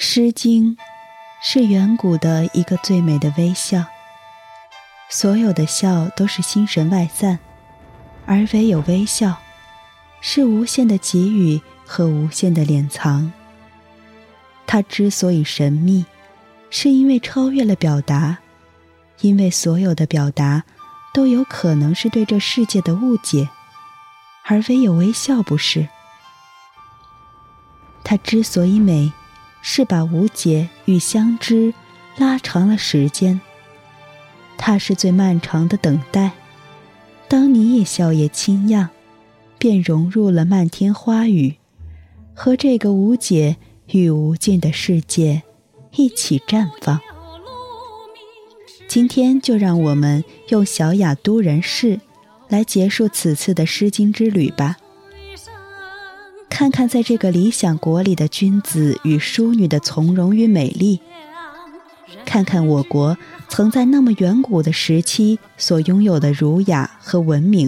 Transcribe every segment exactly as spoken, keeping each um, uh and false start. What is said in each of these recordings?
诗经是远古的一个最美的微笑，所有的笑都是心神外散，而唯有微笑是无限的给予和无限的敛藏。它之所以神秘，是因为超越了表达，因为所有的表达都有可能是对这世界的误解，而唯有微笑不是。它之所以美，是把无解与相知拉长了时间。它是最漫长的等待，当你也笑也轻漾，便融入了漫天花雨，和这个无解与无尽的世界一起绽放。今天就让我们用小雅都人事来结束此次的诗经之旅吧。看看在这个理想国里的君子与淑女的从容与美丽，看看我国曾在那么远古的时期所拥有的儒雅和文明。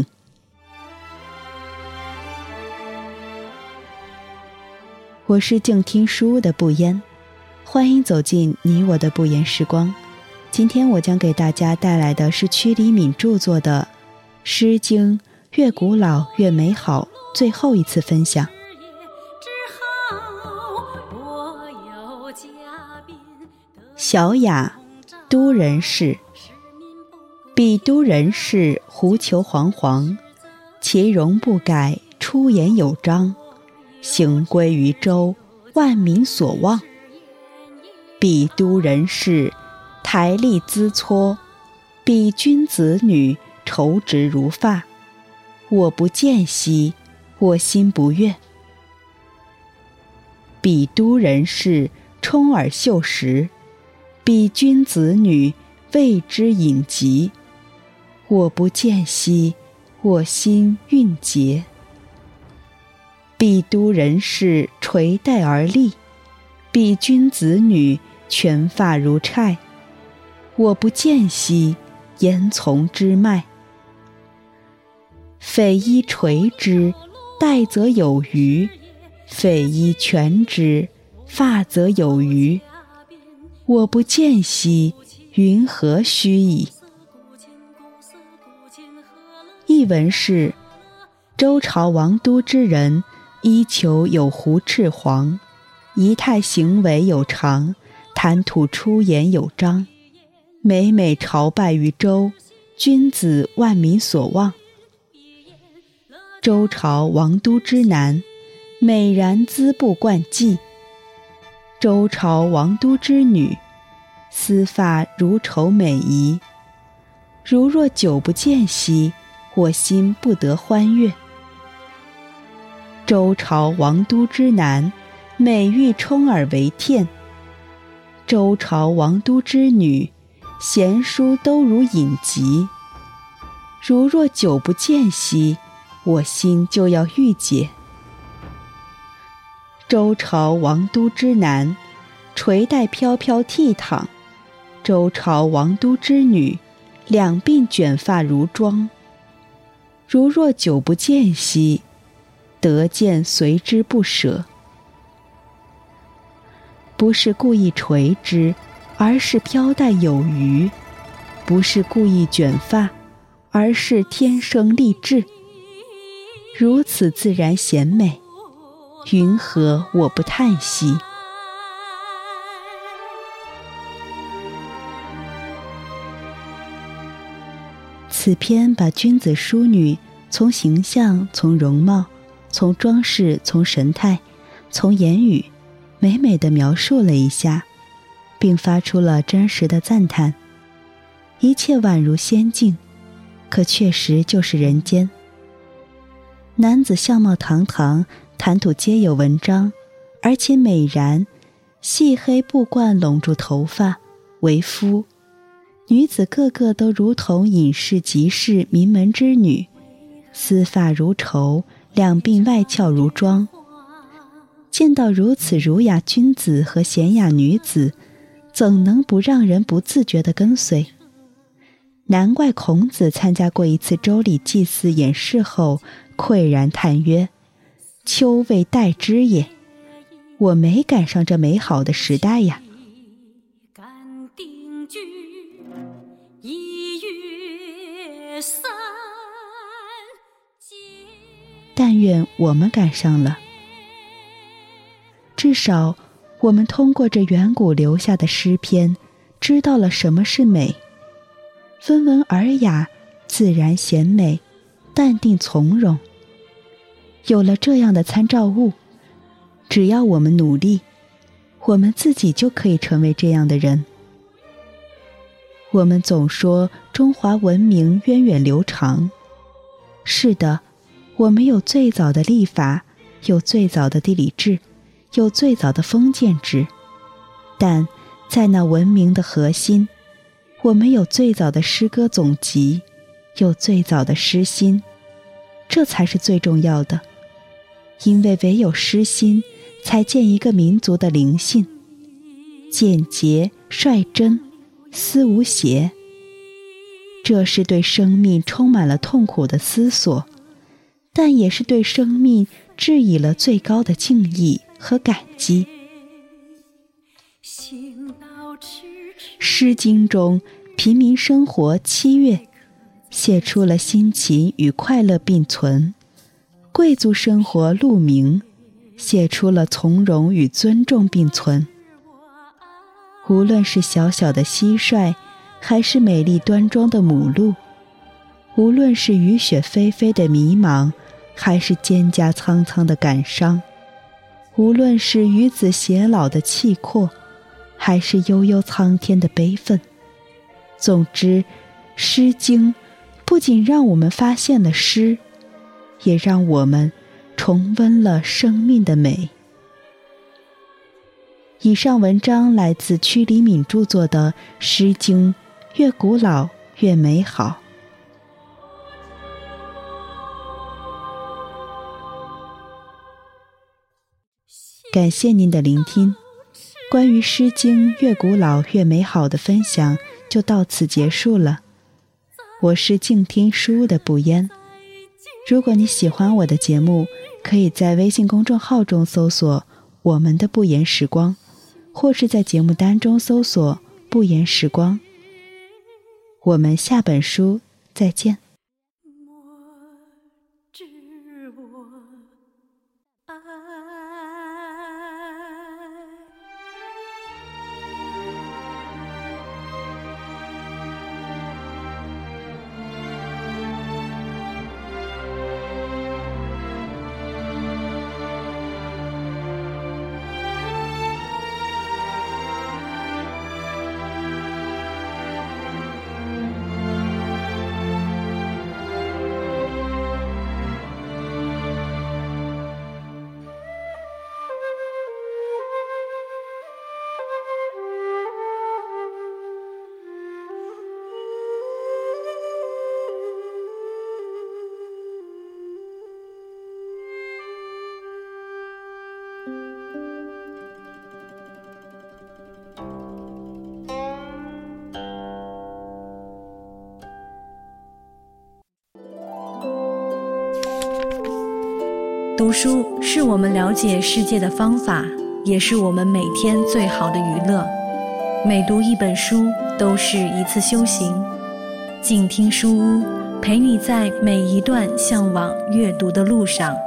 我是静听书的不言，欢迎走进你我的不言时光。今天我将给大家带来的是屈黎敏著作的《诗经》，越古老越美好，最后一次分享。小雅都人事，彼都人事，狐裘惶惶，其容不改，出言有章，行归于周，万民所望。彼都人事，台立恣撮，彼君子女，愁直如发。我不见兮，我心不悦。彼都人事，充耳秀实，彼君子女，谓之隐疾。我不见兮，我心蕴结。彼都人事，垂带而立，彼君子女，全发如钗。我不见兮，言从之脉。匪衣垂之，带则有余；匪衣全之，发则有余。我不见兮，云何须矣？译文是：周朝王都之人，衣裘有狐赤黄，仪态行为有常，谈吐出言有章，每每朝拜于周，君子万民所望。周朝王都之男，美然姿布冠髻；周朝王都之女，丝发如绸美仪。如若久不见兮，我心不得欢悦。周朝王都之男，美玉充耳为텐；周朝王都之女，贤淑都如隐疾。如若久不见兮，我心就要郁结。周朝王都之男，垂带飘飘倜傥；周朝王都之女，两鬓卷发如妆。如若久不见兮，得见随之不舍。不是故意垂之，而是飘带有余；不是故意卷发，而是天生丽质。如此自然贤美，云何我不叹息？此篇把君子淑女从形象、从容貌、从装饰、从神态、从言语，美美地描述了一下，并发出了真实的赞叹。一切宛如仙境，可确实就是人间。男子相貌堂堂，谈吐皆有文章，而且美然，细黑布冠拢住头发，为夫。女子个个都如同隐士集市名门之女，丝发如绸，两鬓外翘如妆。见到如此儒雅君子和娴雅女子，怎能不让人不自觉地跟随？难怪孔子参加过一次周礼祭祀演示后，喟然叹曰：秋未待之也。 我没赶上这美好的时代呀。但愿我们赶上了，至少我们通过这远古留下的诗篇，知道了什么是美，温文尔雅，自然贤美，淡定从容。有了这样的参照物，只要我们努力，我们自己就可以成为这样的人。我们总说中华文明源远流长，是的，我们有最早的历法，有最早的地理志，有最早的封建制，但在那文明的核心，我们有最早的诗歌总集，有最早的诗心，这才是最重要的。因为唯有诗心，才见一个民族的灵性，简洁率真，丝无邪。这是对生命充满了痛苦的思索，但也是对生命致以了最高的敬意和感激。诗经中平民生活七月，写出了辛勤与快乐并存；贵族生活鹿鸣，写出了从容与尊重并存。无论是小小的蟋蟀，还是美丽端庄的母鹿，无论是雨雪霏霏的迷茫，还是蒹葭苍苍的感伤，无论是与子偕老的契阔，还是悠悠苍天的悲愤，总之，诗经不仅让我们发现了诗，也让我们重温了生命的美。以上文章来自屈黎敏著作的《诗经》，越古老越美好。感谢您的聆听，关于《诗经》越古老越美好的分享就到此结束了。我是静听书屋的不言。如果你喜欢我的节目，可以在微信公众号中搜索我们的不言时光，或是在节目单中搜索不言时光。我们下本书再见。 读书是我们了解世界的方法，也是我们每天最好的娱乐。每读一本书都是一次修行。静听书屋，陪你在每一段向往阅读的路上。